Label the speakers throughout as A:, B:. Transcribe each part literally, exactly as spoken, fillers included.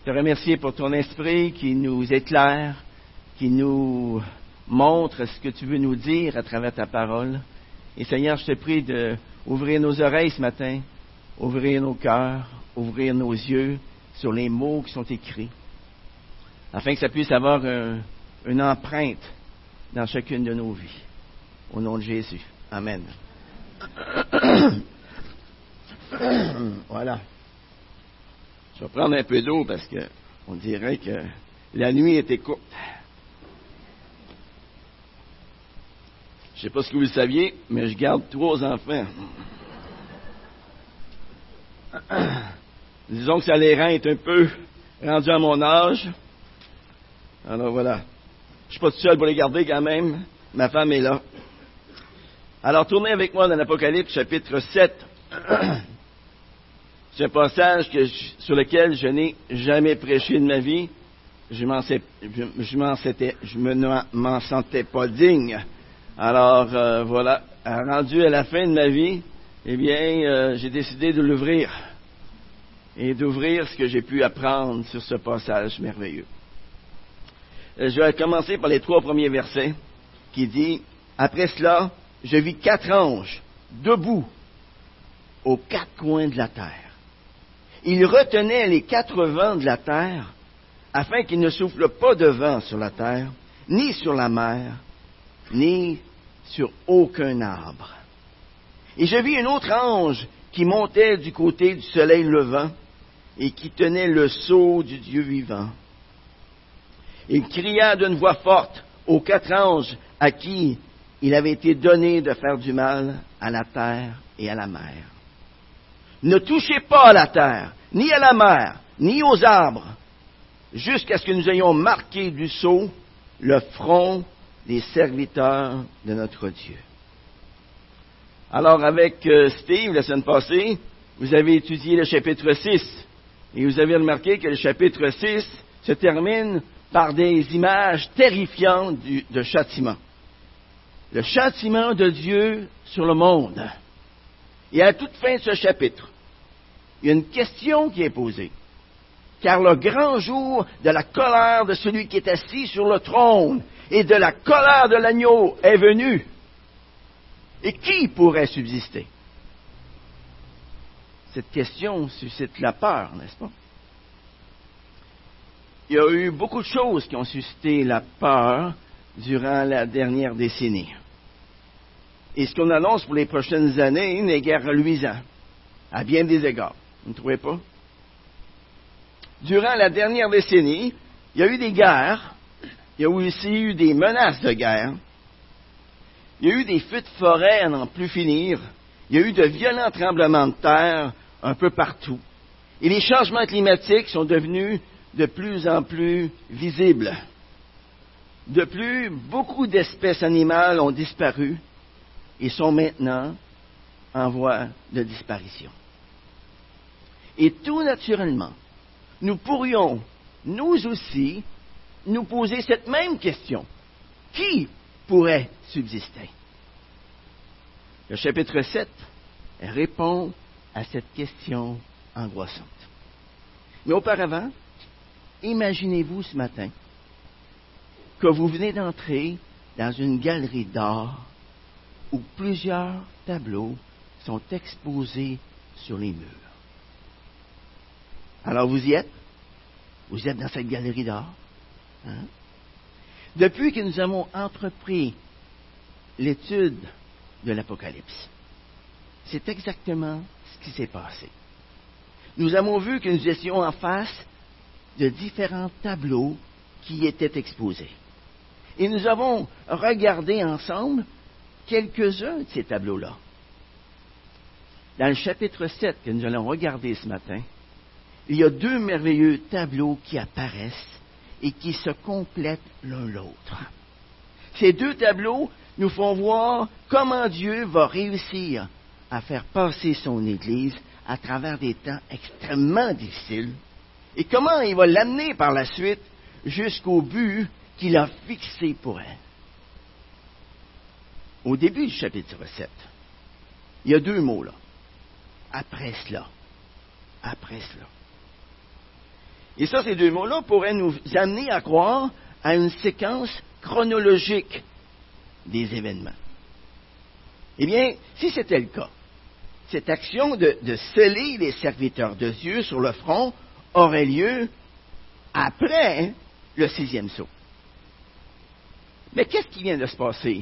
A: te remercier pour ton esprit qui nous éclaire, qui nous montre ce que tu veux nous dire à travers ta parole. Et Seigneur, je te prie d'ouvrir nos oreilles ce matin, ouvrir nos cœurs, ouvrir nos yeux sur les mots qui sont écrits, afin que ça puisse avoir un, une empreinte dans chacune de nos vies. Au nom de Jésus. Amen. Voilà. Je vais prendre un peu d'eau parce que on dirait que la nuit était courte. Je ne sais pas ce que vous le saviez, mais je garde trois enfants. Disons que ça les rend un peu rendus à mon âge. Alors voilà. Je ne suis pas tout seul pour les garder quand même. Ma femme est là. Alors tournez avec moi dans l'Apocalypse chapitre sept. C'est un passage que je, sur lequel je n'ai jamais prêché de ma vie. Je m'en sais, je, je m'en sentais, je me, m'en sentais pas digne. Alors euh, voilà, rendu à la fin de ma vie, eh bien, euh, j'ai décidé de l'ouvrir et d'ouvrir ce que j'ai pu apprendre sur ce passage merveilleux. Euh, je vais commencer par les trois premiers versets qui dit « Après cela, je vis quatre anges debout aux quatre coins de la terre. Ils retenaient les quatre vents de la terre afin qu'il ne souffle pas de vent sur la terre, ni sur la mer, ni sur aucun arbre. Et je vis un autre ange qui montait du côté du soleil levant et qui tenait le sceau du Dieu vivant. Il cria d'une voix forte aux quatre anges à qui il avait été donné de faire du mal à la terre et à la mer. Ne touchez pas à la terre, ni à la mer, ni aux arbres, jusqu'à ce que nous ayons marqué du sceau le front des serviteurs de notre Dieu. » Alors, avec euh, Steve, la semaine passée, vous avez étudié le chapitre six, et vous avez remarqué que le chapitre six se termine par des images terrifiantes du, de châtiment. Le châtiment de Dieu sur le monde. Et à la toute fin de ce chapitre, il y a une question qui est posée. Car le grand jour de la colère de celui qui est assis sur le trône et de la colère de l'agneau est venu. Et qui pourrait subsister? Cette question suscite la peur, n'est-ce pas? Il y a eu beaucoup de choses qui ont suscité la peur durant la dernière décennie. Et ce qu'on annonce pour les prochaines années n'est guère reluisant, à bien des égards. Vous ne trouvez pas? Durant la dernière décennie, il y a eu des guerres, il y a aussi eu des menaces de guerre, il y a eu des feux de forêt à n'en plus finir, il y a eu de violents tremblements de terre un peu partout. Et les changements climatiques sont devenus de plus en plus visibles. De plus, beaucoup d'espèces animales ont disparu et sont maintenant en voie de disparition. Et tout naturellement, nous pourrions, nous aussi, nous poser cette même question. Qui pourrait subsister? Le chapitre sept répond à cette question angoissante. Mais auparavant, imaginez-vous ce matin que vous venez d'entrer dans une galerie d'art où plusieurs tableaux sont exposés sur les murs. Alors vous y êtes? Vous êtes dans cette galerie d'art? Hein? Depuis que nous avons entrepris l'étude de l'Apocalypse, c'est exactement ce qui s'est passé. Nous avons vu que nous étions en face de différents tableaux qui étaient exposés. Et nous avons regardé ensemble quelques-uns de ces tableaux-là. Dans le chapitre sept que nous allons regarder ce matin, il y a deux merveilleux tableaux qui apparaissent et qui se complètent l'un l'autre. Ces deux tableaux nous font voir comment Dieu va réussir à faire passer son Église à travers des temps extrêmement difficiles et comment il va l'amener par la suite jusqu'au but qu'il a fixé pour elle. Au début du chapitre sept, il y a deux mots là. Après cela. Après cela. Et ça, ces deux mots-là pourraient nous amener à croire à une séquence chronologique des événements. Eh bien, si c'était le cas, cette action de, de sceller les serviteurs de Dieu sur le front aurait lieu après le sixième sceau. Mais qu'est-ce qui vient de se passer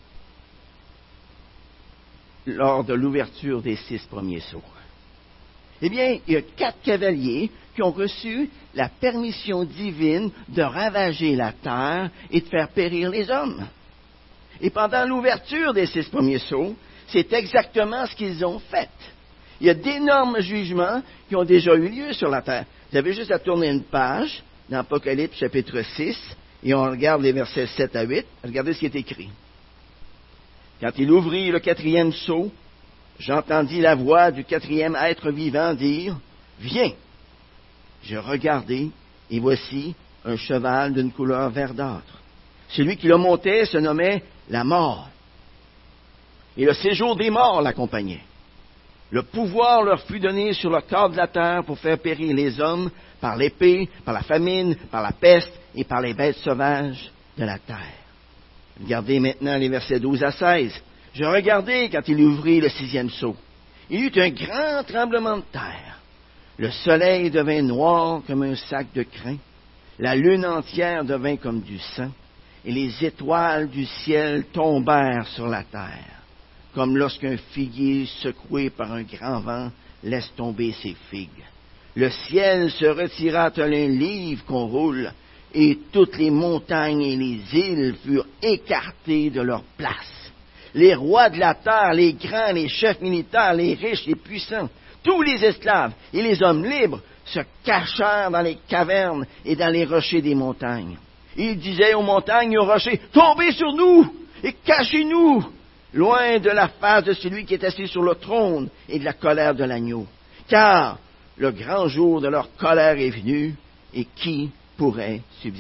A: lors de l'ouverture des six premiers sceaux? Eh bien, il y a quatre cavaliers qui ont reçu la permission divine de ravager la terre et de faire périr les hommes. Et pendant l'ouverture des six premiers sceaux, c'est exactement ce qu'ils ont fait. Il y a d'énormes jugements qui ont déjà eu lieu sur la terre. Vous avez juste à tourner une page dans Apocalypse chapitre six, et on regarde les versets sept à huit. Regardez ce qui est écrit. Quand il ouvrit le quatrième sceau, j'entendis la voix du quatrième être vivant dire, « Viens !» Je regardai, et voici un cheval d'une couleur verdâtre. Celui qui le montait se nommait la mort. Et le séjour des morts l'accompagnait. Le pouvoir leur fut donné sur le corps de la terre pour faire périr les hommes par l'épée, par la famine, par la peste et par les bêtes sauvages de la terre. Regardez maintenant les versets douze à seize. Je regardai quand il ouvrit le sixième sceau. Il y eut un grand tremblement de terre. Le soleil devint noir comme un sac de crin. La lune entière devint comme du sang. Et les étoiles du ciel tombèrent sur la terre, comme lorsqu'un figuier secoué par un grand vent laisse tomber ses figues. Le ciel se retira tel un livre qu'on roule, et toutes les montagnes et les îles furent écartées de leur place. Les rois de la terre, les grands, les chefs militaires, les riches, les puissants, tous les esclaves et les hommes libres se cachèrent dans les cavernes et dans les rochers des montagnes. Il disait aux montagnes et aux rochers, « Tombez sur nous et cachez-nous, loin de la face de celui qui est assis sur le trône et de la colère de l'agneau. Car le grand jour de leur colère est venu, et qui pourrait subsister? »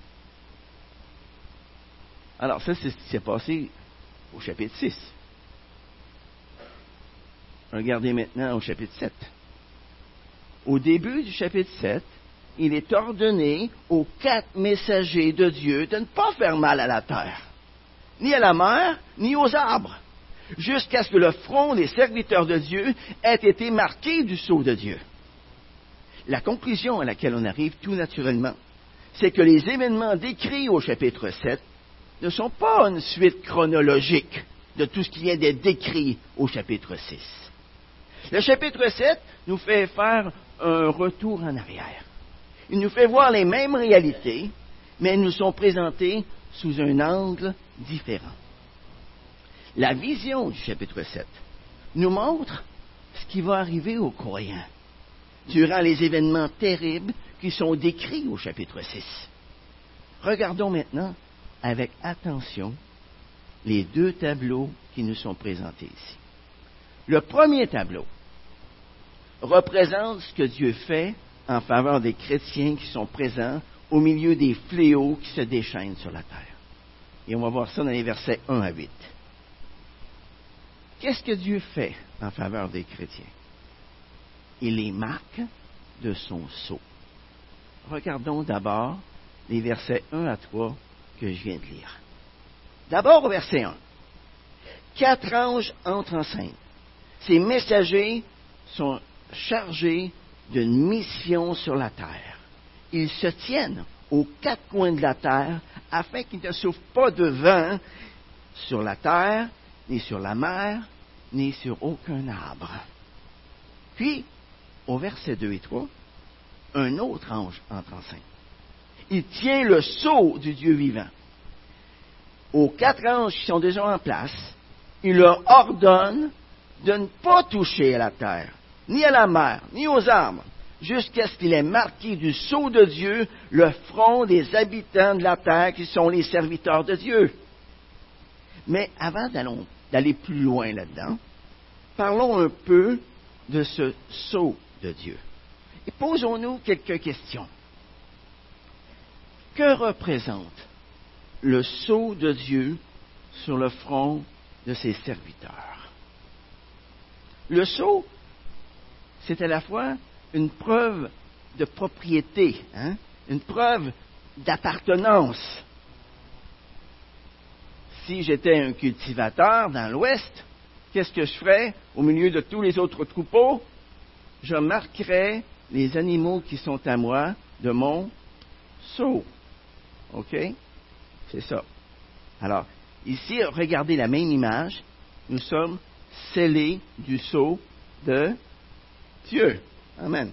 A: Alors ça, c'est ce qui s'est passé au chapitre six. Regardez maintenant au chapitre sept. Au début du chapitre sept, il est ordonné aux quatre messagers de Dieu de ne pas faire mal à la terre, ni à la mer, ni aux arbres, jusqu'à ce que le front des serviteurs de Dieu ait été marqué du sceau de Dieu. La conclusion à laquelle on arrive tout naturellement, c'est que les événements décrits au chapitre sept ne sont pas une suite chronologique de tout ce qui vient d'être décrit au chapitre six. Le chapitre sept nous fait faire un retour en arrière. Il nous fait voir les mêmes réalités, mais elles nous sont présentées sous un angle différent. La vision du chapitre sept nous montre ce qui va arriver aux croyants durant les événements terribles qui sont décrits au chapitre six. Regardons maintenant avec attention les deux tableaux qui nous sont présentés ici. Le premier tableau représente ce que Dieu fait en faveur des chrétiens qui sont présents au milieu des fléaux qui se déchaînent sur la terre. Et on va voir ça dans les versets un à huit. Qu'est-ce que Dieu fait en faveur des chrétiens? Il les marque de son sceau. Regardons d'abord les versets un à trois que je viens de lire. D'abord au verset un. Quatre anges entrent en scène. Ces messagers sont chargés d'une mission sur la terre. Ils se tiennent aux quatre coins de la terre afin qu'il ne souffle pas de vent sur la terre, ni sur la mer, ni sur aucun arbre. Puis, au verset deux et trois, un autre ange entre en scène. Il tient le sceau du Dieu vivant. Aux quatre anges qui sont déjà en place, il leur ordonne de ne pas toucher à la terre, ni à la mer, ni aux arbres, jusqu'à ce qu'il ait marqué du sceau de Dieu le front des habitants de la terre qui sont les serviteurs de Dieu. Mais avant d'aller plus loin là-dedans, parlons un peu de ce sceau de Dieu. Et posons-nous quelques questions. Que représente le sceau de Dieu sur le front de ses serviteurs? Le sceau, c'est à la fois une preuve de propriété, hein? Une preuve d'appartenance. Si j'étais un cultivateur dans l'Ouest, qu'est-ce que je ferais au milieu de tous les autres troupeaux? Je marquerais les animaux qui sont à moi de mon sceau. OK? C'est ça. Alors, ici, regardez la même image. Nous sommes scellés du sceau de Dieu. Amen.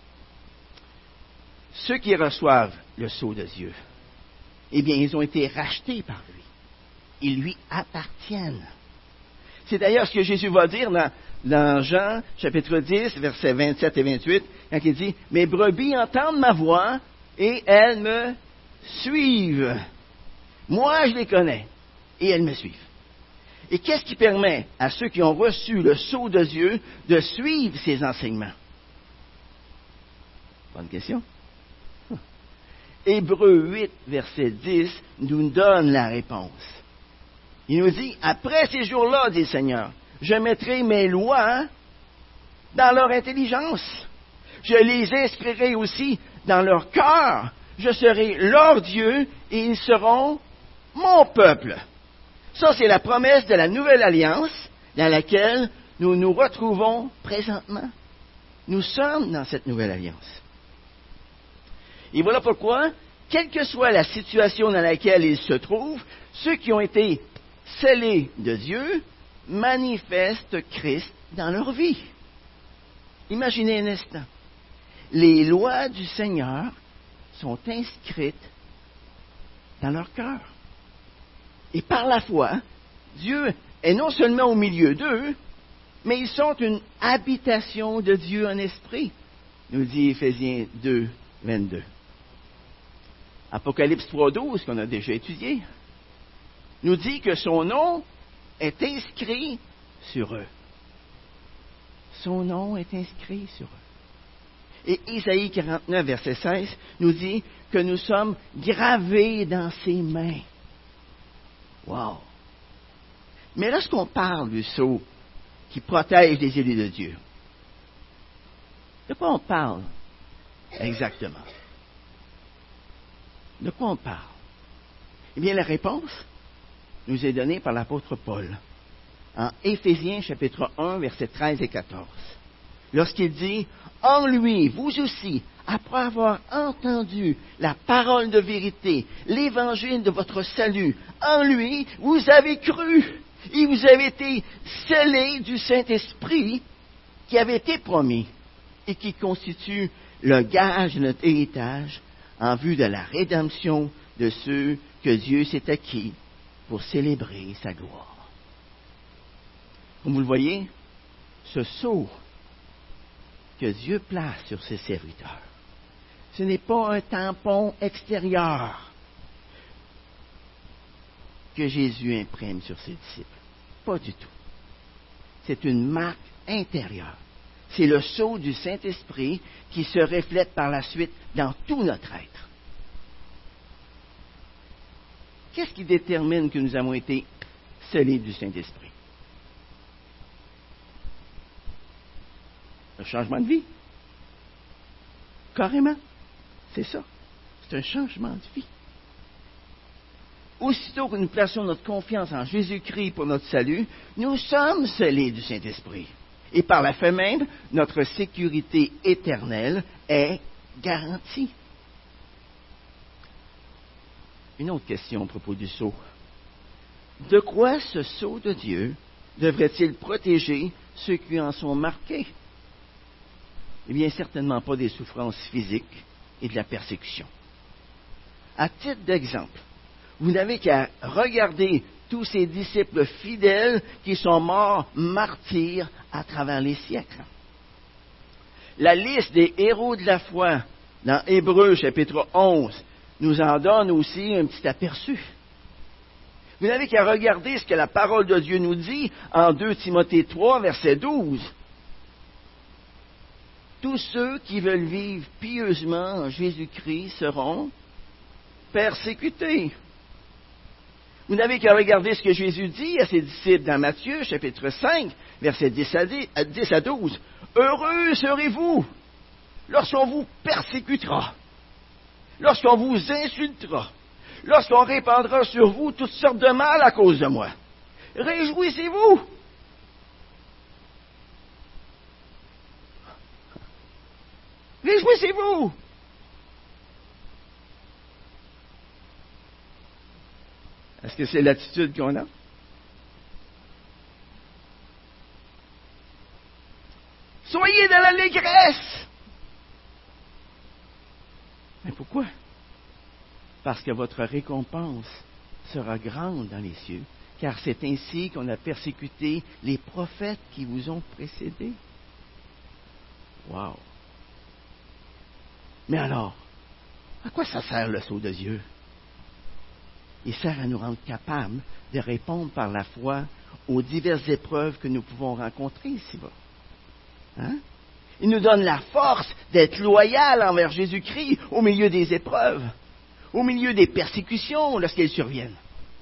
A: Ceux qui reçoivent le sceau de Dieu, eh bien, ils ont été rachetés par lui. Ils lui appartiennent. C'est d'ailleurs ce que Jésus va dire dans, dans Jean, chapitre dix, versets vingt-sept et vingt-huit, quand il dit « Mes brebis entendent ma voix et elles me suivent. Moi, je les connais et elles me suivent. » Et qu'est-ce qui permet à ceux qui ont reçu le sceau de Dieu de suivre ses enseignements? Bonne question. Hébreux huit, verset dix, nous donne la réponse. Il nous dit, après ces jours-là, dit le Seigneur, je mettrai mes lois dans leur intelligence. Je les inscrirai aussi dans leur cœur. Je serai leur Dieu et ils seront mon peuple. Ça, c'est la promesse de la nouvelle alliance dans laquelle nous nous retrouvons présentement. Nous sommes dans cette nouvelle alliance. Et voilà pourquoi, quelle que soit la situation dans laquelle ils se trouvent, ceux qui ont été scellés de Dieu manifestent Christ dans leur vie. Imaginez un instant. Les lois du Seigneur sont inscrites dans leur cœur. Et par la foi, Dieu est non seulement au milieu d'eux, mais ils sont une habitation de Dieu en esprit, nous dit Éphésiens deux, vingt-deux. Apocalypse trois, douze, qu'on a déjà étudié, nous dit que son nom est inscrit sur eux. Son nom est inscrit sur eux. Et Isaïe quarante-neuf, verset seize, nous dit que nous sommes gravés dans ses mains. Wow! Mais lorsqu'on parle du sceau qui protège les élus de Dieu, de quoi on parle exactement? De quoi on parle? Eh bien, la réponse nous est donnée par l'apôtre Paul en Éphésiens chapitre un, versets treize et quatorze. Lorsqu'il dit « En lui, vous aussi, après avoir entendu la parole de vérité, l'évangile de votre salut, en lui, vous avez cru et vous avez été scellés du Saint-Esprit qui avait été promis et qui constitue le gage de notre héritage en vue de la rédemption de ceux que Dieu s'est acquis pour célébrer sa gloire. » Comme vous le voyez, ce sceau que Dieu place sur ses serviteurs, ce n'est pas un tampon extérieur que Jésus imprime sur ses disciples. Pas du tout. C'est une marque intérieure. C'est le sceau du Saint-Esprit qui se reflète par la suite dans tout notre être. Qu'est-ce qui détermine que nous avons été scellés du Saint-Esprit? Un changement de vie. Carrément. C'est ça. C'est un changement de vie. Aussitôt que nous plaçons notre confiance en Jésus-Christ pour notre salut, nous sommes scellés du Saint-Esprit. Et par la fait même, notre sécurité éternelle est garantie. Une autre question à propos du sceau. De quoi ce sceau de Dieu devrait-il protéger ceux qui en sont marqués? Eh bien, certainement pas des souffrances physiques et de la persécution. À titre d'exemple, vous n'avez qu'à regarder tous ces disciples fidèles qui sont morts martyrs à travers les siècles. La liste des héros de la foi dans Hébreux chapitre onze nous en donne aussi un petit aperçu. Vous n'avez qu'à regarder ce que la parole de Dieu nous dit en deux Timothée trois, verset douze. Tous ceux qui veulent vivre pieusement en Jésus-Christ seront persécutés. Vous n'avez qu'à regarder ce que Jésus dit à ses disciples dans Matthieu, chapitre cinq, versets dix à douze. Heureux serez-vous lorsqu'on vous persécutera, lorsqu'on vous insultera, lorsqu'on répandra sur vous toutes sortes de mal à cause de moi. Réjouissez-vous. Réjouissez-vous. Est-ce que c'est l'attitude qu'on a? Soyez dans l'allégresse. Mais pourquoi? Parce que votre récompense sera grande dans les cieux, car c'est ainsi qu'on a persécuté les prophètes qui vous ont précédés. Wow! Mais alors, à quoi ça sert le sceau de Dieu? Il sert à nous rendre capables de répondre par la foi aux diverses épreuves que nous pouvons rencontrer ici-bas. Hein? Il nous donne la force d'être loyal envers Jésus-Christ au milieu des épreuves, au milieu des persécutions lorsqu'elles surviennent.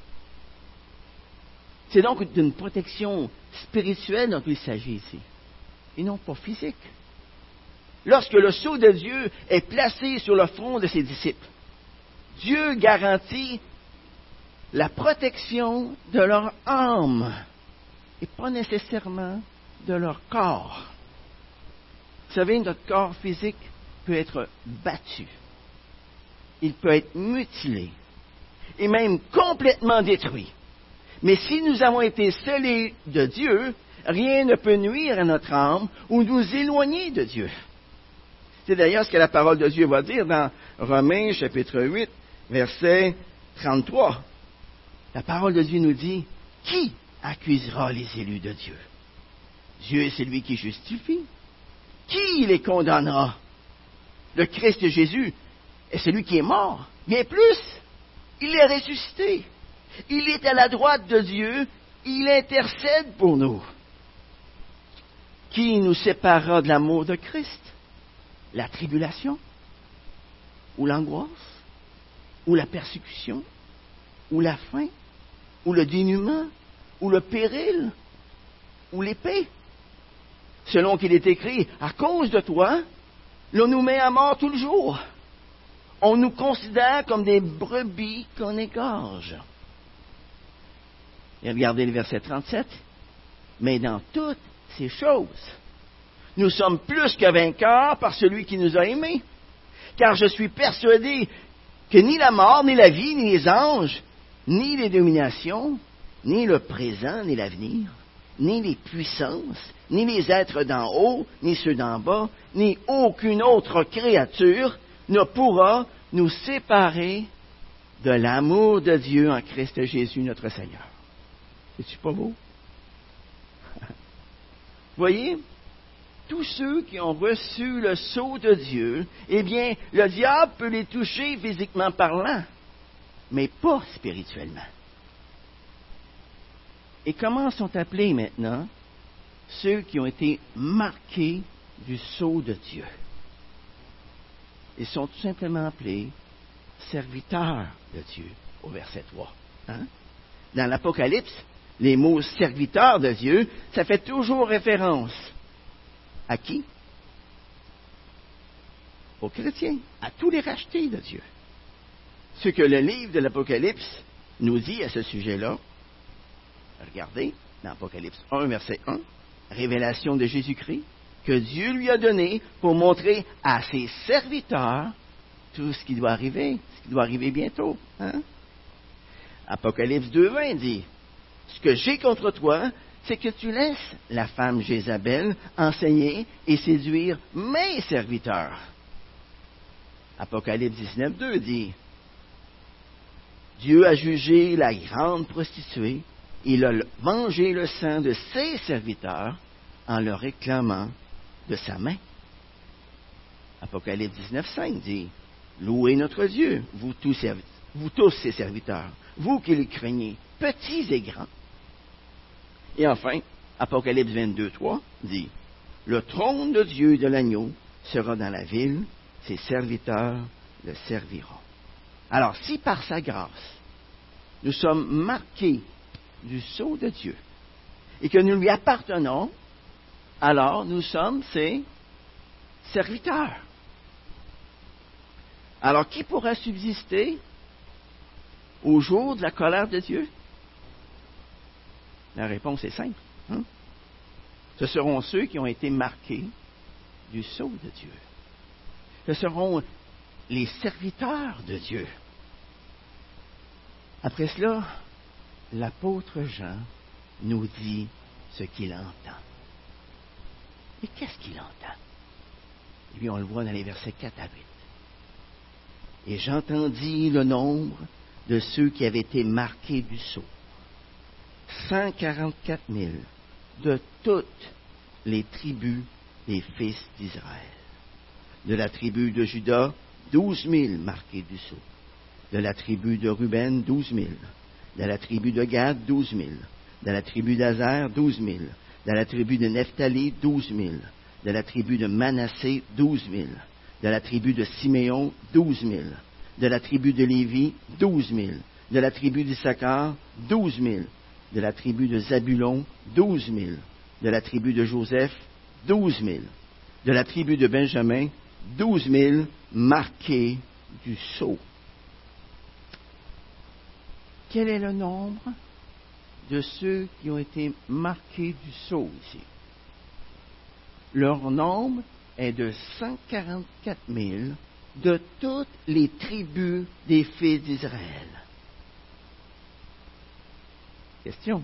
A: C'est donc d'une protection spirituelle dont il s'agit ici, et non pas physique. Lorsque le sceau de Dieu est placé sur le front de ses disciples, Dieu garantit la protection de leur âme et pas nécessairement de leur corps. Vous savez, notre corps physique peut être battu. Il peut être mutilé et même complètement détruit. Mais si nous avons été scellés de Dieu, rien ne peut nuire à notre âme ou nous éloigner de Dieu. C'est d'ailleurs ce que la parole de Dieu va dire dans Romains chapitre huit, verset trente-trois. La parole de Dieu nous dit, « Qui accusera les élus de Dieu? Dieu est celui qui justifie. Qui les condamnera? Le Christ Jésus est celui qui est mort. Bien plus, il est ressuscité. Il est à la droite de Dieu. Il intercède pour nous. Qui nous séparera de l'amour de Christ? La tribulation? Ou l'angoisse? Ou la persécution? Ou la faim? Ou le dénuement? Ou le péril? Ou l'épée? Selon qu'il est écrit, à cause de toi, l'on nous met à mort tout le jour. On nous considère comme des brebis qu'on égorge. Et regardez le verset trente-sept. Mais dans toutes ces choses, nous sommes plus que vainqueurs par celui qui nous a aimés. Car je suis persuadé que ni la mort, ni la vie, ni les anges, ni les dominations, ni le présent, ni l'avenir, ni les puissances, ni les êtres d'en haut, ni ceux d'en bas, ni aucune autre créature ne pourra nous séparer de l'amour de Dieu en Christ Jésus notre Seigneur. C'est-tu pas beau? Voyez, tous ceux qui ont reçu le sceau de Dieu, eh bien, le diable peut les toucher physiquement parlant, mais pas spirituellement. Et comment sont appelés maintenant ceux qui ont été marqués du sceau de Dieu? Ils sont tout simplement appelés serviteurs de Dieu, au verset trois. Hein? Dans l'Apocalypse, les mots serviteurs de Dieu, ça fait toujours référence à qui? Aux chrétiens, à tous les rachetés de Dieu. Ce que le livre de l'Apocalypse nous dit à ce sujet-là, regardez, dans Apocalypse un, verset un, révélation de Jésus-Christ, que Dieu lui a donné pour montrer à ses serviteurs tout ce qui doit arriver, ce qui doit arriver bientôt. Hein? Apocalypse deux, vingt dit, ce que j'ai contre toi, c'est que tu laisses la femme Jézabel enseigner et séduire mes serviteurs. Apocalypse dix-neuf, deux dit, Dieu a jugé la grande prostituée, il a vengé le sang de ses serviteurs en le réclamant de sa main. Apocalypse dix-neuf, cinq dit, louez notre Dieu, vous tous, vous tous ses serviteurs, vous qui le craignez, petits et grands. Et enfin, Apocalypse vingt-deux, trois dit, le trône de Dieu et de l'agneau sera dans la ville, ses serviteurs le serviront. Alors, si par sa grâce, nous sommes marqués du sceau de Dieu et que nous lui appartenons, alors nous sommes ses serviteurs. Alors, qui pourra subsister au jour de la colère de Dieu? La réponse est simple. Hein? Ce seront ceux qui ont été marqués du sceau de Dieu. Ce seront les serviteurs de Dieu. Après cela, l'apôtre Jean nous dit ce qu'il entend. Et qu'est-ce qu'il entend? Eh bien, on le voit dans les versets quatre à huit. Et j'entendis le nombre de ceux qui avaient été marqués du sceau. cent quarante-quatre mille de toutes les tribus des fils d'Israël. De la tribu de Juda, douze mille marqués du sceau. De la tribu de Ruben, douze mille. De la tribu de Gad, douze mille. De la tribu d'Azer, douze mille. De la tribu de Nephtali, douze mille. De la tribu de Manassé, douze mille. De la tribu de Siméon, douze mille. De la tribu de Lévi, douze mille. De la tribu d'Issachar, douze mille. De la tribu de Zabulon, douze mille. De la tribu de Joseph, douze mille. De la tribu de Benjamin, douze mille marqués du sceau. Quel est le nombre de ceux qui ont été marqués du sceau ici? Leur nombre est de cent quarante-quatre mille de toutes les tribus des fils d'Israël. Question.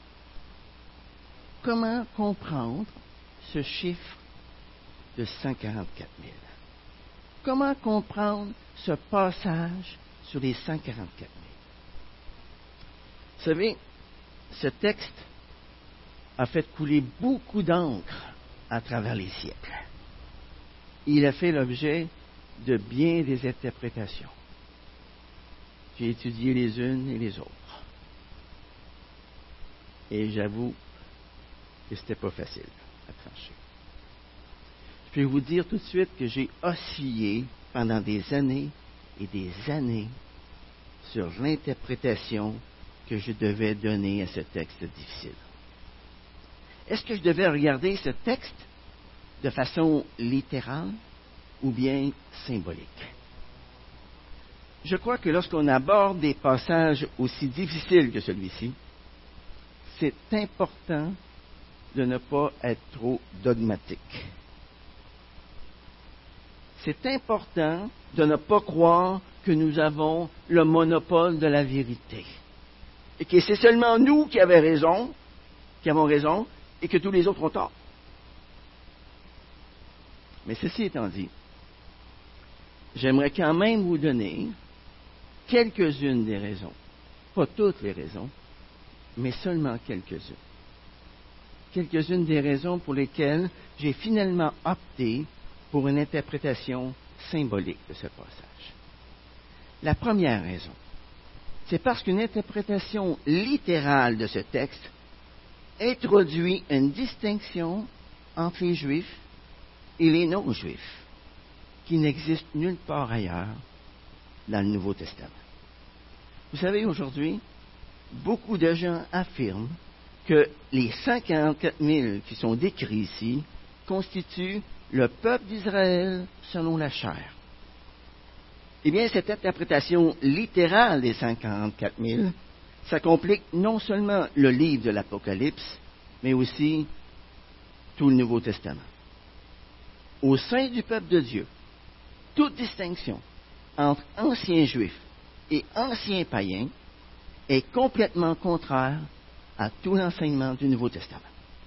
A: Comment comprendre ce chiffre de cent quarante-quatre mille? Comment comprendre ce passage sur les cent quarante-quatre mille? Vous savez, ce texte a fait couler beaucoup d'encre à travers les siècles. Il a fait l'objet de bien des interprétations. J'ai étudié les unes et les autres. Et j'avoue que ce n'était pas facile à trancher. Je peux vous dire tout de suite que j'ai oscillé pendant des années et des années sur l'interprétation que je devais donner à ce texte difficile. Est-ce que je devais regarder ce texte de façon littérale ou bien symbolique? Je crois que lorsqu'on aborde des passages aussi difficiles que celui-ci, c'est important de ne pas être trop dogmatique. C'est important de ne pas croire que nous avons le monopole de la vérité. Et que c'est seulement nous qui avons raison, qui avons raison, et que tous les autres ont tort. Mais ceci étant dit, j'aimerais quand même vous donner quelques-unes des raisons. Pas toutes les raisons, mais seulement quelques-unes. Quelques-unes des raisons pour lesquelles j'ai finalement opté pour une interprétation symbolique de ce passage. La première raison, c'est parce qu'une interprétation littérale de ce texte introduit une distinction entre les Juifs et les non-Juifs qui n'existe nulle part ailleurs dans le Nouveau Testament. Vous savez, aujourd'hui, beaucoup de gens affirment que les cent quarante-quatre mille qui sont décrits ici constituent le peuple d'Israël selon la chair. Eh bien, cette interprétation littérale des cent quarante-quatre mille, ça complique non seulement le livre de l'Apocalypse, mais aussi tout le Nouveau Testament. Au sein du peuple de Dieu, toute distinction entre anciens juifs et anciens païens est complètement contraire à tout l'enseignement du Nouveau Testament.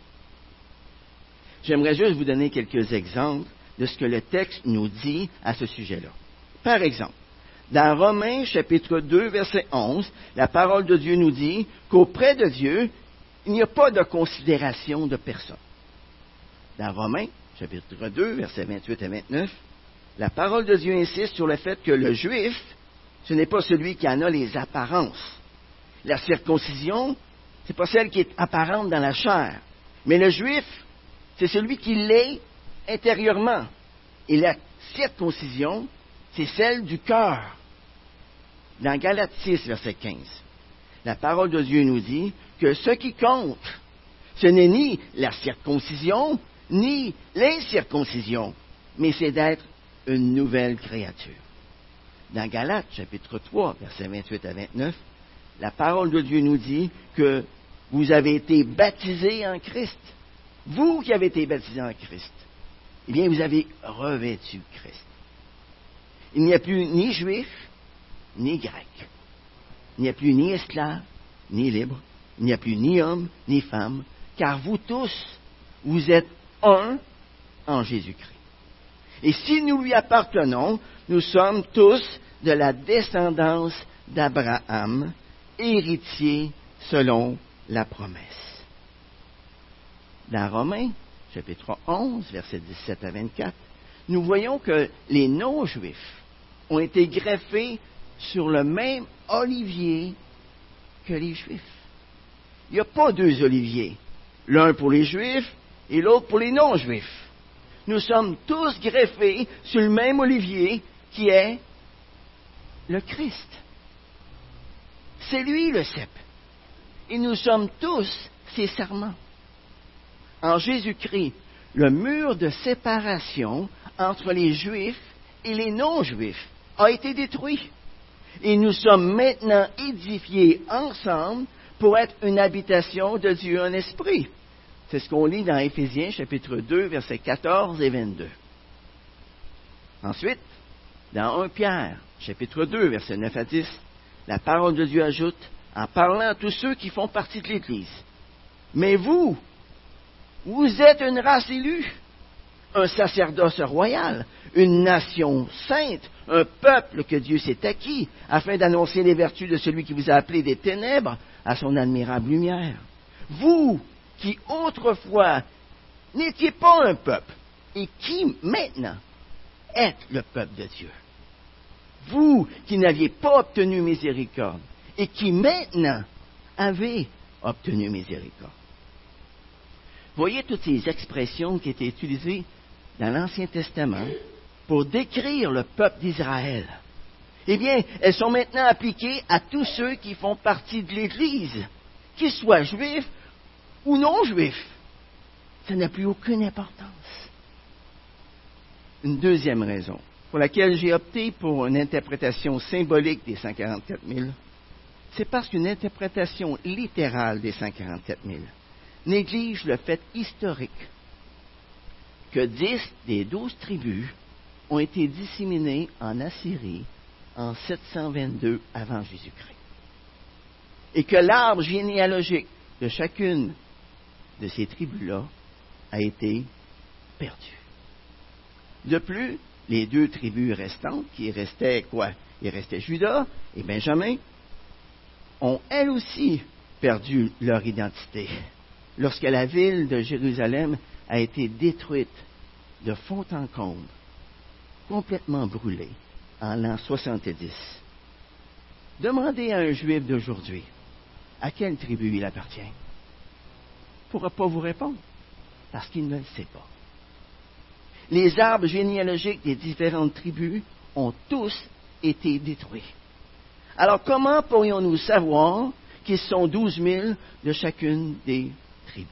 A: J'aimerais juste vous donner quelques exemples de ce que le texte nous dit à ce sujet-là. Par exemple, dans Romains chapitre deux, verset onze, la parole de Dieu nous dit qu'auprès de Dieu, il n'y a pas de considération de personne. Dans Romains chapitre deux, versets vingt-huit à vingt-neuf, la parole de Dieu insiste sur le fait que le juif, ce n'est pas celui qui en a les apparences. La circoncision, ce n'est pas celle qui est apparente dans la chair. Mais le juif, c'est celui qui l'est intérieurement. Et la circoncision, c'est celle du cœur. Dans Galates six, verset quinze, la parole de Dieu nous dit que ce qui compte, ce n'est ni la circoncision, ni l'incirconcision, mais c'est d'être une nouvelle créature. dans Galates, chapitre trois, versets vingt-huit à vingt-neuf, la parole de Dieu nous dit que vous avez été baptisés en Christ. Vous qui avez été baptisés en Christ, eh bien, vous avez revêtu Christ. Il n'y a plus ni juif, ni grec. Il n'y a plus ni esclave, ni libre. Il n'y a plus ni homme, ni femme, car vous tous, vous êtes un en Jésus-Christ. Et si nous lui appartenons, nous sommes tous de la descendance d'Abraham, héritiers selon la promesse. Dans Romains, chapitre onze, versets dix-sept à vingt-quatre, nous voyons que les non-juifs ont été greffés sur le même olivier que les juifs. Il n'y a pas deux oliviers, l'un pour les juifs et l'autre pour les non-juifs. Nous sommes tous greffés sur le même olivier qui est le Christ. C'est lui le cep. Et nous sommes tous ses serments. En Jésus-Christ, le mur de séparation entre les Juifs et les non-Juifs a été détruit. Et nous sommes maintenant édifiés ensemble pour être une habitation de Dieu en esprit. C'est ce qu'on lit dans Éphésiens chapitre deux, versets quatorze et vingt-deux. Ensuite, dans Première Pierre chapitre deux, versets neuf à dix, la parole de Dieu ajoute, en parlant à tous ceux qui font partie de l'Église, « Mais vous, vous êtes une race élue, un sacerdoce royal, une nation sainte, un peuple que Dieu s'est acquis, afin d'annoncer les vertus de celui qui vous a appelé des ténèbres à son admirable lumière. Vous, qui autrefois n'étiez pas un peuple, et qui maintenant êtes le peuple de Dieu. Vous qui n'aviez pas obtenu miséricorde, et qui maintenant avez obtenu miséricorde. Voyez toutes ces expressions qui étaient utilisées dans l'Ancien Testament pour décrire le peuple d'Israël. Eh bien, elles sont maintenant appliquées à tous ceux qui font partie de l'Église, qu'ils soient juifs ou non juifs. Ça n'a plus aucune importance. Une deuxième raison pour laquelle j'ai opté pour une interprétation symbolique des cent quarante-quatre mille, c'est parce qu'une interprétation littérale des cent quarante-quatre mille néglige le fait historique que dix des douze tribus ont été disséminées en Assyrie en sept cent vingt-deux avant Jésus-Christ. Et que l'arbre généalogique de chacune de ces tribus-là a été perdu. De plus, les deux tribus restantes, qui restaient quoi? Il restait Juda et Benjamin, ont elles aussi perdu leur identité lorsque la ville de Jérusalem a été détruite de fond en comble, complètement brûlée en l'an soixante-dix. Demandez à un juif d'aujourd'hui à quelle tribu il appartient. Il ne pourra pas vous répondre parce qu'il ne le sait pas. Les arbres généalogiques des différentes tribus ont tous été détruits. Alors comment pourrions-nous savoir qu'ils sont douze mille de chacune des tribus?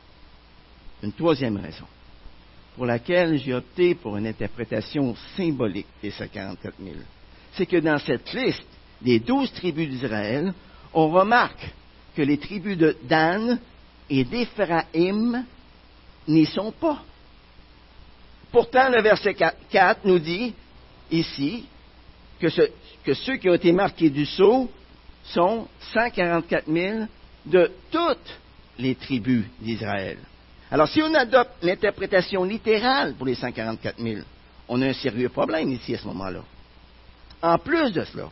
A: Une troisième raison pour laquelle j'ai opté pour une interprétation symbolique des cent quarante-quatre mille, c'est que dans cette liste des douze tribus d'Israël, on remarque que les tribus de Dan et d'Éphraïm n'y sont pas. Pourtant, le verset quatre nous dit ici que, ce, que ceux qui ont été marqués du sceau sont cent quarante-quatre mille de toutes les tribus d'Israël. Alors, si on adopte l'interprétation littérale pour les cent quarante-quatre mille, on a un sérieux problème ici à ce moment-là. En plus de cela,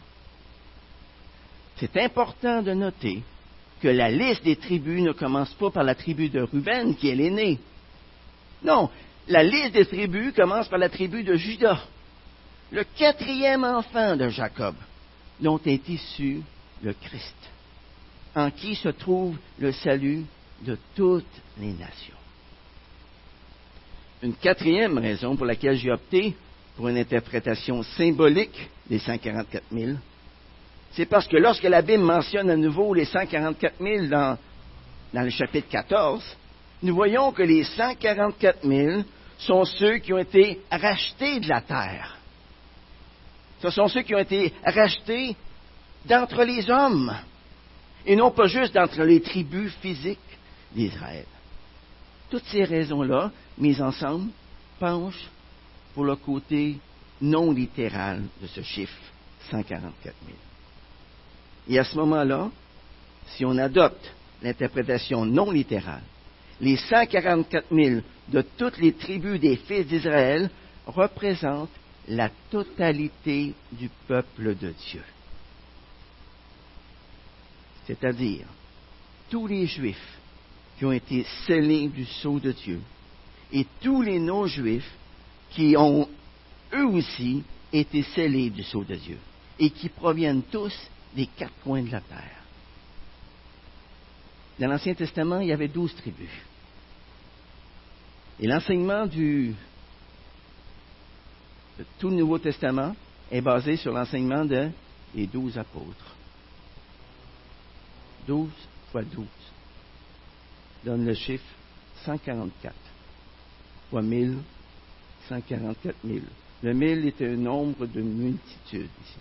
A: c'est important de noter que la liste des tribus ne commence pas par la tribu de Ruben, qui est l'aînée. Non, la liste des tribus commence par la tribu de Juda, le quatrième enfant de Jacob, dont est issu le Christ, en qui se trouve le salut de toutes les nations. Une quatrième raison pour laquelle j'ai opté pour une interprétation symbolique des cent quarante-quatre mille, c'est parce que lorsque la Bible mentionne à nouveau les cent quarante-quatre mille dans, dans le chapitre quatorze, nous voyons que les cent quarante-quatre mille sont ceux qui ont été rachetés de la terre. Ce sont ceux qui ont été rachetés d'entre les hommes, et non pas juste d'entre les tribus physiques d'Israël. Toutes ces raisons-là, mises ensemble, penchent pour le côté non littéral de ce chiffre, cent quarante-quatre mille. Et à ce moment-là, si on adopte l'interprétation non littérale, les cent quarante-quatre mille de toutes les tribus des fils d'Israël représentent la totalité du peuple de Dieu. C'est-à-dire tous les Juifs qui ont été scellés du sceau de Dieu et tous les non-Juifs qui ont eux aussi été scellés du sceau de Dieu et qui proviennent tous des quatre coins de la terre. Dans l'Ancien Testament, il y avait douze tribus. Et l'enseignement du, de tout le Nouveau Testament est basé sur l'enseignement de, des douze apôtres. douze fois douze donne le chiffre cent quarante-quatre fois mille, cent quarante-quatre mille. Le mille est un nombre de multitude ici.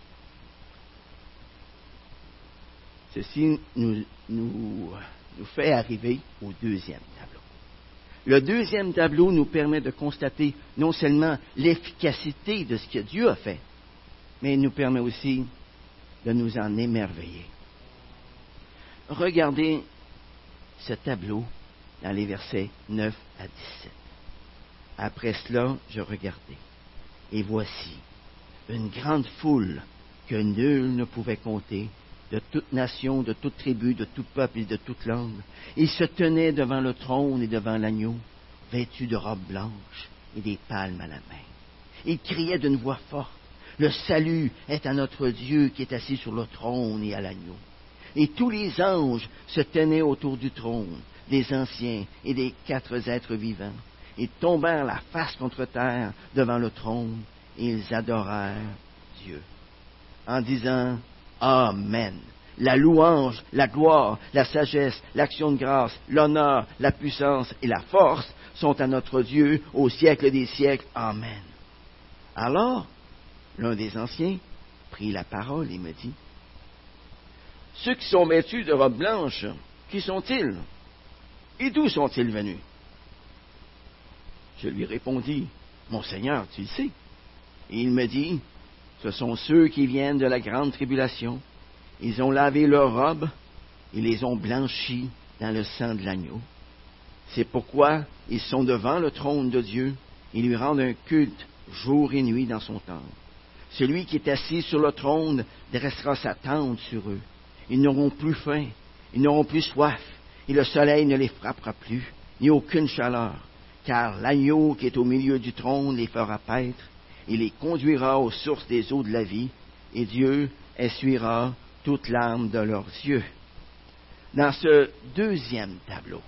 A: Ceci nous, nous, nous fait arriver au deuxième tableau. Le deuxième tableau nous permet de constater non seulement l'efficacité de ce que Dieu a fait, mais il nous permet aussi de nous en émerveiller. Regardez ce tableau dans les versets neuf à dix-sept. Après cela, je regardai, et voici une grande foule que nul ne pouvait compter, de toute nation, de toute tribu, de tout peuple et de toute langue. Ils se tenaient devant le trône et devant l'agneau, vêtus de robes blanches et des palmes à la main. Ils criaient d'une voix forte, « Le salut est à notre Dieu qui est assis sur le trône et à l'agneau. » Et tous les anges se tenaient autour du trône, des anciens et des quatre êtres vivants. Ils tombèrent la face contre terre devant le trône et ils adorèrent Dieu, en disant « Amen. La louange, la gloire, la sagesse, l'action de grâce, l'honneur, la puissance et la force sont à notre Dieu au siècle des siècles. Amen. » Alors, l'un des anciens prit la parole et me dit, « Ceux qui sont vêtus de robes blanches, qui sont-ils? Et d'où sont-ils venus? » Je lui répondis, « Mon Seigneur, tu le sais. » Et il me dit, « Ce sont ceux qui viennent de la grande tribulation. Ils ont lavé leurs robes et les ont blanchis dans le sang de l'agneau. C'est pourquoi ils sont devant le trône de Dieu et lui rendent un culte jour et nuit dans son temple. Celui qui est assis sur le trône dressera sa tente sur eux. Ils n'auront plus faim, ils n'auront plus soif, et le soleil ne les frappera plus, ni aucune chaleur, car l'agneau qui est au milieu du trône les fera paître, et les conduira aux sources des eaux de la vie, et Dieu essuiera toute larme de leurs yeux. » Dans ce deuxième tableau,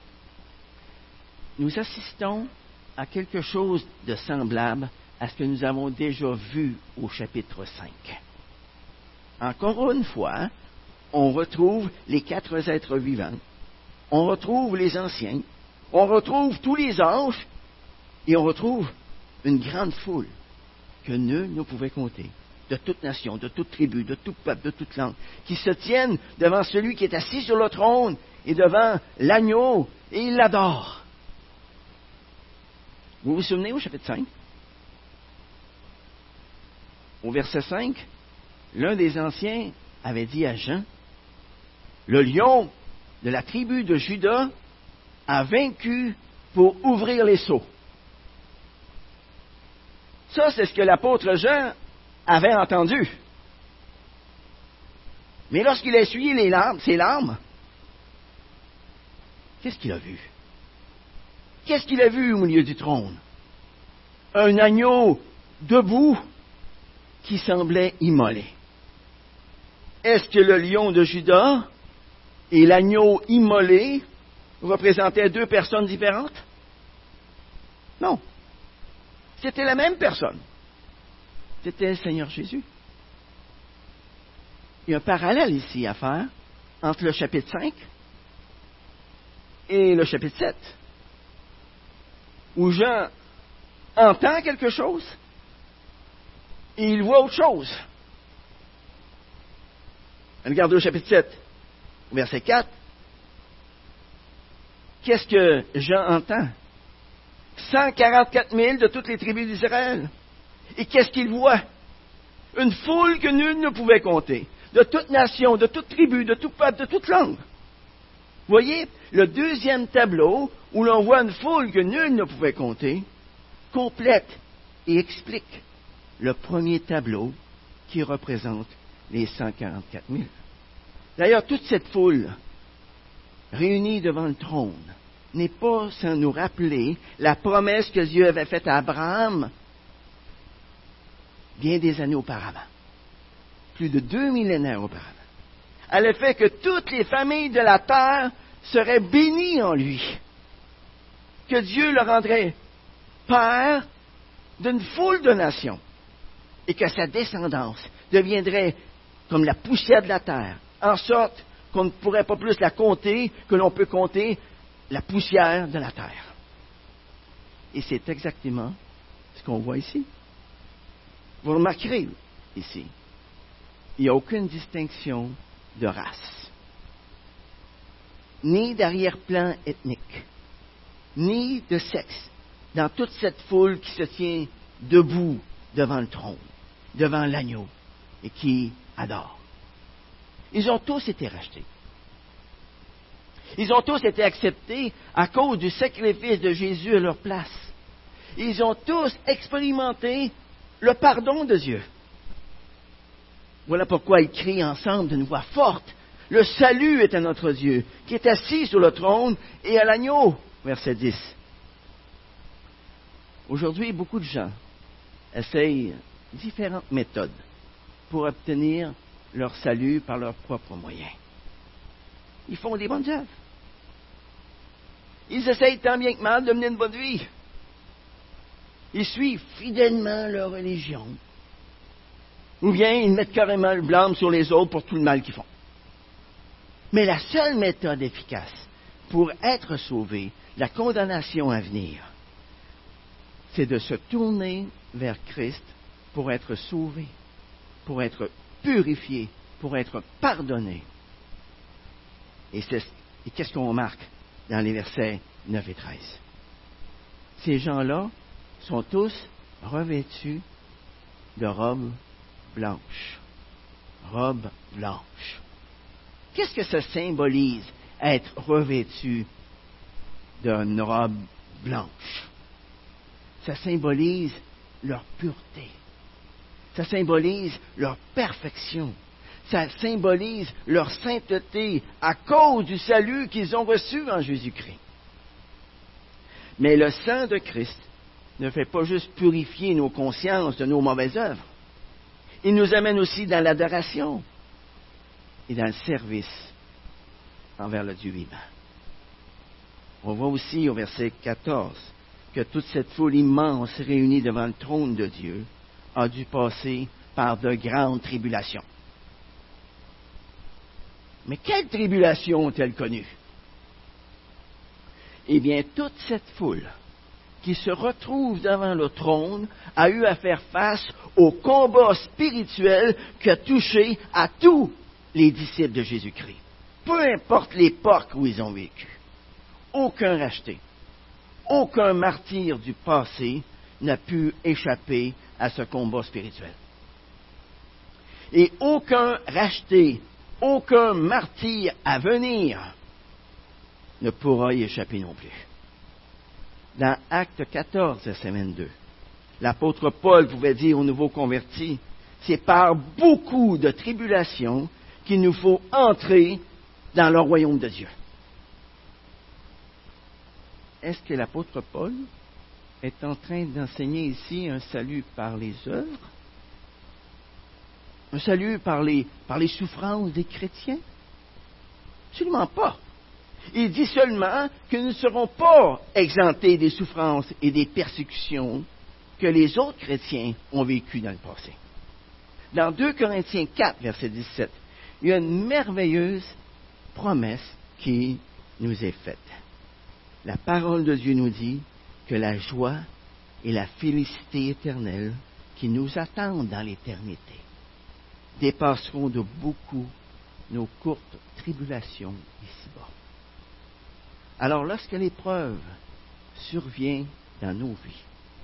A: nous assistons à quelque chose de semblable à ce que nous avons déjà vu au chapitre cinq. Encore une fois, on retrouve les quatre êtres vivants, on retrouve les anciens, on retrouve tous les anges, et on retrouve une grande foule que nul ne pouvait compter, de toute nation, de toute tribu, de tout peuple, de toute langue, qui se tiennent devant celui qui est assis sur le trône et devant l'agneau, et ils l'adorent. Vous vous souvenez au chapitre cinq? Au verset cinq, l'un des anciens avait dit à Jean, « Le lion de la tribu de Juda a vaincu pour ouvrir les sceaux. » Ça, c'est ce que l'apôtre Jean avait entendu. Mais lorsqu'il a essuyé les larmes, ses larmes, qu'est-ce qu'il a vu? Qu'est-ce qu'il a vu au milieu du trône? Un agneau debout qui semblait immolé. Est-ce que le lion de Juda et l'agneau immolé représentaient deux personnes différentes? Non. C'était la même personne. C'était le Seigneur Jésus. Il y a un parallèle ici à faire entre le chapitre cinq et le chapitre sept, où Jean entend quelque chose, et il voit autre chose. Regarde au chapitre sept, verset quatre. Qu'est-ce que Jean entend? cent quarante-quatre mille de toutes les tribus d'Israël. Et qu'est-ce qu'il voit? Une foule que nul ne pouvait compter. De toute nation, de toute tribu, de tout peuple, de toute langue. Voyez, le deuxième tableau, où l'on voit une foule que nul ne pouvait compter, complète et explique le premier tableau qui représente les cent quarante-quatre mille. D'ailleurs, toute cette foule réunie devant le trône n'est pas sans nous rappeler la promesse que Dieu avait faite à Abraham bien des années auparavant, plus de deux millénaires auparavant, à l'effet que toutes les familles de la terre seraient bénies en lui, que Dieu le rendrait père d'une foule de nations, et que sa descendance deviendrait comme la poussière de la terre, en sorte qu'on ne pourrait pas plus la compter que l'on peut compter la poussière de la terre. Et c'est exactement ce qu'on voit ici. Vous remarquerez ici, il n'y a aucune distinction de race, ni d'arrière-plan ethnique, ni de sexe, dans toute cette foule qui se tient debout devant le trône, devant l'agneau, et qui adore. Ils ont tous été rachetés. Ils ont tous été acceptés à cause du sacrifice de Jésus à leur place. Ils ont tous expérimenté le pardon de Dieu. Voilà pourquoi ils crient ensemble d'une voix forte. Le salut est à notre Dieu, qui est assis sur le trône, et à l'agneau. Verset dix. Aujourd'hui, beaucoup de gens essayent différentes méthodes pour obtenir leur salut par leurs propres moyens. Ils font des bonnes œuvres. Ils essayent tant bien que mal de mener une bonne vie. Ils suivent fidèlement leur religion. Ou bien ils mettent carrément le blâme sur les autres pour tout le mal qu'ils font. Mais la seule méthode efficace pour être sauvé de la condamnation à venir, c'est de se tourner vers Christ pour être sauvé, pour être purifié, pour être pardonné. Et, c'est, et qu'est-ce qu'on remarque dans les versets neuf et treize? Ces gens-là sont tous revêtus de robes blanches. Robes blanches. Qu'est-ce que ça symbolise, être revêtu d'une robe blanche? Ça symbolise leur pureté. Ça symbolise leur perfection. Ça symbolise leur sainteté à cause du salut qu'ils ont reçu en Jésus-Christ. Mais le sang de Christ ne fait pas juste purifier nos consciences de nos mauvaises œuvres. Il nous amène aussi dans l'adoration et dans le service envers le Dieu vivant. On voit aussi au verset quatorze que toute cette foule immense réunie devant le trône de Dieu a dû passer par de grandes tribulations. Mais quelle tribulation ont-elles connues? Eh bien, toute cette foule qui se retrouve devant le trône a eu à faire face au combat spirituel qui a touché à tous les disciples de Jésus-Christ. Peu importe l'époque où ils ont vécu. Aucun racheté, aucun martyr du passé n'a pu échapper à ce combat spirituel. Et aucun racheté, aucun martyr à venir ne pourra y échapper non plus. Dans Actes quatorze, verset vingt-deux, l'apôtre Paul pouvait dire aux nouveaux convertis, c'est par beaucoup de tribulations qu'il nous faut entrer dans le royaume de Dieu. Est-ce que l'apôtre Paul est en train d'enseigner ici un salut par les œuvres? Un salut par les, par les souffrances des chrétiens? Absolument pas. Il dit seulement que nous ne serons pas exemptés des souffrances et des persécutions que les autres chrétiens ont vécues dans le passé. Dans deux Corinthiens quatre, verset dix-sept, il y a une merveilleuse promesse qui nous est faite. La parole de Dieu nous dit que la joie et la félicité éternelle qui nous attendent dans l'éternité dépasseront de beaucoup nos courtes tribulations ici-bas. Alors, lorsque l'épreuve survient dans nos vies,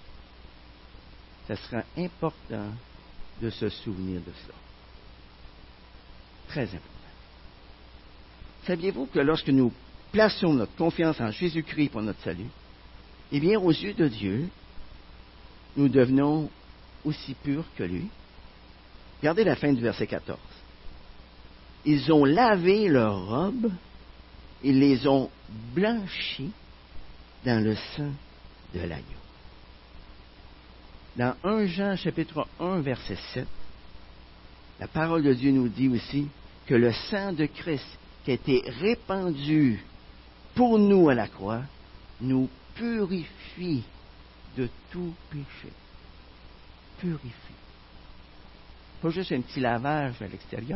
A: ce sera important de se souvenir de cela. Très important. Saviez-vous que lorsque nous plaçons notre confiance en Jésus-Christ pour notre salut, eh bien, aux yeux de Dieu, nous devenons aussi purs que lui? Regardez la fin du verset quatorze. Ils ont lavé leurs robes, ils les ont blanchis dans le sang de l'agneau. Dans premier Jean chapitre un, verset sept, la parole de Dieu nous dit aussi que le sang de Christ qui a été répandu pour nous à la croix nous purifie de tout péché. Purifie. Pas juste un petit lavage à l'extérieur.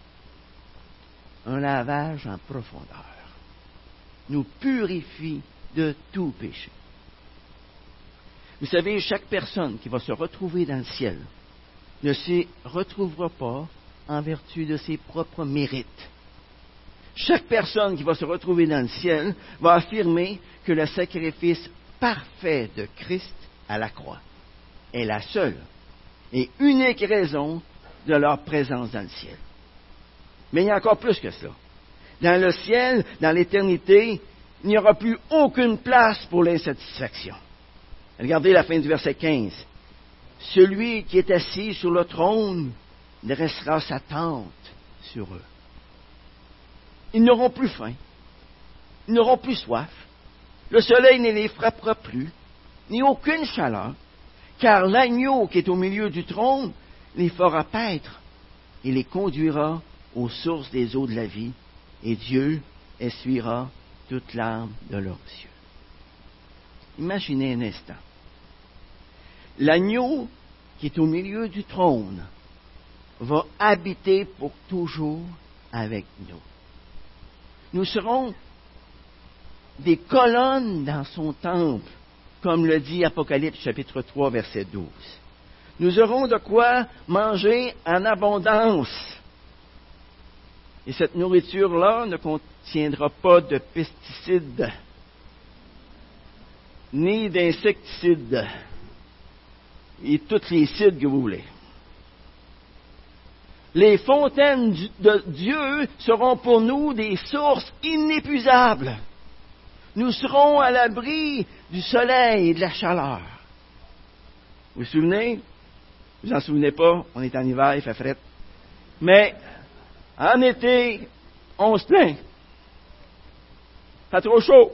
A: Un lavage en profondeur. Nous purifie de tout péché. Vous savez, chaque personne qui va se retrouver dans le ciel ne s'y retrouvera pas en vertu de ses propres mérites. Chaque personne qui va se retrouver dans le ciel va affirmer que le sacrifice parfait de Christ à la croix est la seule et unique raison de leur présence dans le ciel. Mais il y a encore plus que cela. Dans le ciel, dans l'éternité, il n'y aura plus aucune place pour l'insatisfaction. Regardez la fin du verset quinze. Celui qui est assis sur le trône dressera sa tente sur eux. Ils n'auront plus faim. Ils n'auront plus soif. Le soleil ne les frappera plus, ni aucune chaleur, car l'agneau qui est au milieu du trône les fera paître et les conduira aux sources des eaux de la vie, et Dieu essuiera toute larme de leurs yeux. Imaginez un instant. L'agneau qui est au milieu du trône va habiter pour toujours avec nous. Nous serons des colonnes dans son temple, comme le dit Apocalypse chapitre trois, verset douze. Nous aurons de quoi manger en abondance. Et cette nourriture-là ne contiendra pas de pesticides, ni d'insecticides, et toutes les cides que vous voulez. Les fontaines de Dieu seront pour nous des sources inépuisables. Nous serons à l'abri du soleil et de la chaleur. Vous vous souvenez? Vous vous en souvenez pas? On est en hiver, il fait fret. Mais en été, on se plaint. Il fait trop chaud.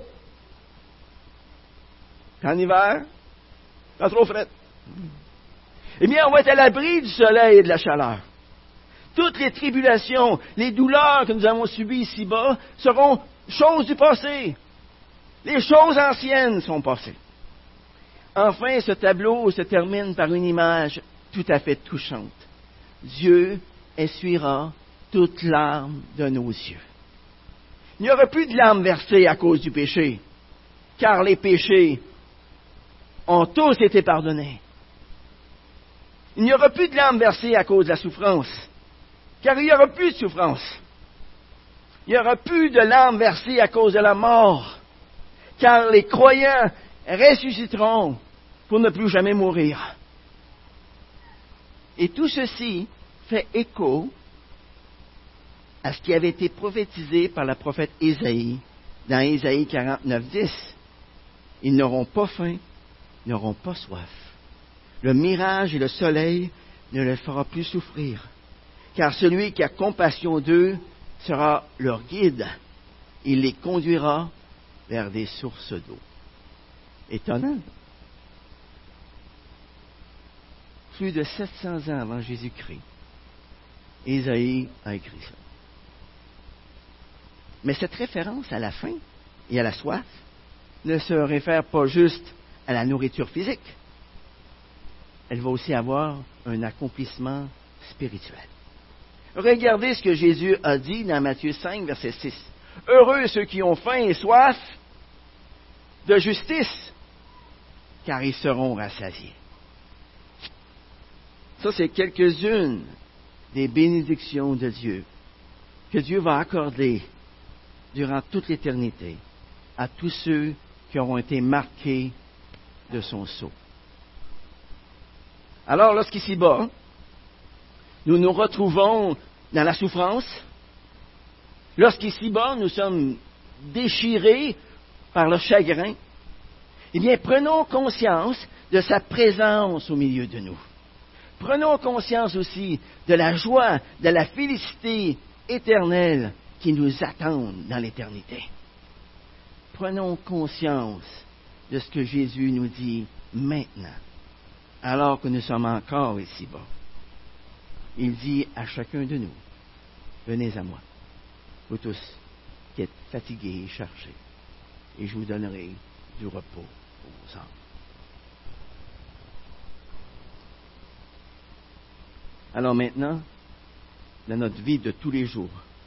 A: En hiver, il fait trop fret. Eh bien, on va être à l'abri du soleil et de la chaleur. Toutes les tribulations, les douleurs que nous avons subies ici-bas seront choses du passé. Les choses anciennes sont passées. Enfin, ce tableau se termine par une image tout à fait touchante. Dieu essuiera toute larme de nos yeux. Il n'y aura plus de larmes versées à cause du péché, car les péchés ont tous été pardonnés. Il n'y aura plus de larmes versées à cause de la souffrance, car il n'y aura plus de souffrance. Il n'y aura plus de larmes versées à cause de la mort, car les croyants ressusciteront pour ne plus jamais mourir. Et tout ceci fait écho à ce qui avait été prophétisé par le prophète Ésaïe dans Ésaïe quarante-neuf, dix. Ils n'auront pas faim, ils n'auront pas soif. Le mirage et le soleil ne les fera plus souffrir, car celui qui a compassion d'eux sera leur guide. Il les conduira vers des sources d'eau. Étonnant. Plus de sept cents ans avant Jésus-Christ, Ésaïe a écrit ça. Mais cette référence à la faim et à la soif ne se réfère pas juste à la nourriture physique. Elle va aussi avoir un accomplissement spirituel. Regardez ce que Jésus a dit dans Matthieu cinq, verset six. Heureux ceux qui ont faim et soif de justice, car ils seront rassasiés. Ça, c'est quelques-unes des bénédictions de Dieu que Dieu va accorder durant toute l'éternité à tous ceux qui auront été marqués de son sceau. Alors, lorsqu'ici-bas, nous nous retrouvons dans la souffrance, lorsqu'ici-bas, nous sommes déchirés par le chagrin, eh bien, prenons conscience de sa présence au milieu de nous. Prenons conscience aussi de la joie, de la félicité éternelle qui nous attendent dans l'éternité. Prenons conscience de ce que Jésus nous dit maintenant, alors que nous sommes encore ici-bas. Il dit à chacun de nous, « Venez à moi, vous tous qui êtes fatigués et chargés, et je vous donnerai du repos pour vos âmes. » Alors maintenant, dans notre vie de tous les jours,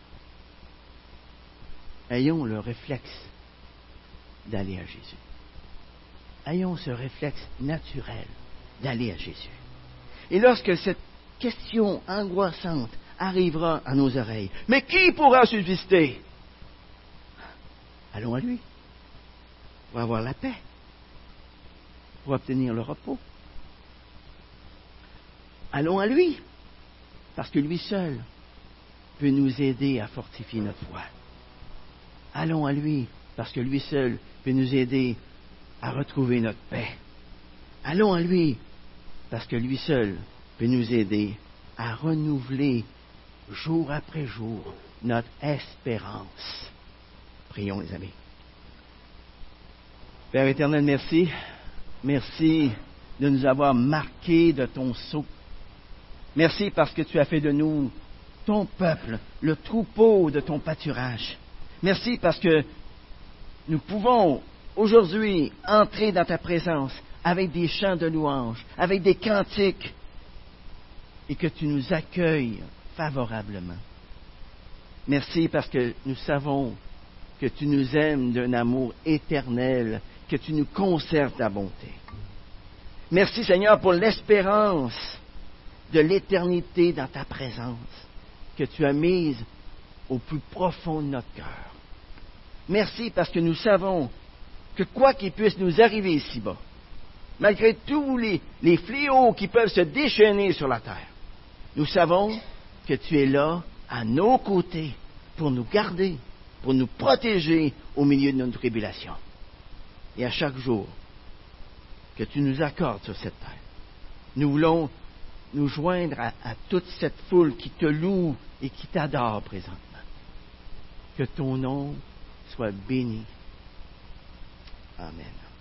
A: ayons le réflexe d'aller à Jésus. Ayons ce réflexe naturel d'aller à Jésus. Et lorsque cette question angoissante arrivera à nos oreilles, mais qui pourra subsister? Allons à lui pour avoir la paix, pour obtenir le repos. Allons à lui, parce que lui seul peut nous aider à fortifier notre foi. Allons à lui, parce que lui seul peut nous aider à retrouver notre paix. Allons à lui, parce que lui seul peut nous aider à renouveler jour après jour notre espérance. Prions, les amis. Père éternel, merci. Merci de nous avoir marqués de ton sceau. Merci parce que tu as fait de nous ton peuple, le troupeau de ton pâturage. Merci parce que nous pouvons aujourd'hui entrer dans ta présence avec des chants de louange, avec des cantiques, et que tu nous accueilles favorablement. Merci parce que nous savons que tu nous aimes d'un amour éternel, que tu nous conserves ta bonté. Merci Seigneur pour l'espérance de l'éternité dans ta présence que tu as mise au plus profond de notre cœur. Merci parce que nous savons que quoi qu'il puisse nous arriver ici-bas, malgré tous les, les fléaux qui peuvent se déchaîner sur la terre, nous savons que tu es là à nos côtés pour nous garder, pour nous protéger au milieu de notre tribulation. Et à chaque jour que tu nous accordes sur cette terre, nous voulons nous joindre à, à toute cette foule qui te loue et qui t'adore présentement. Que ton nom soit béni. Amen.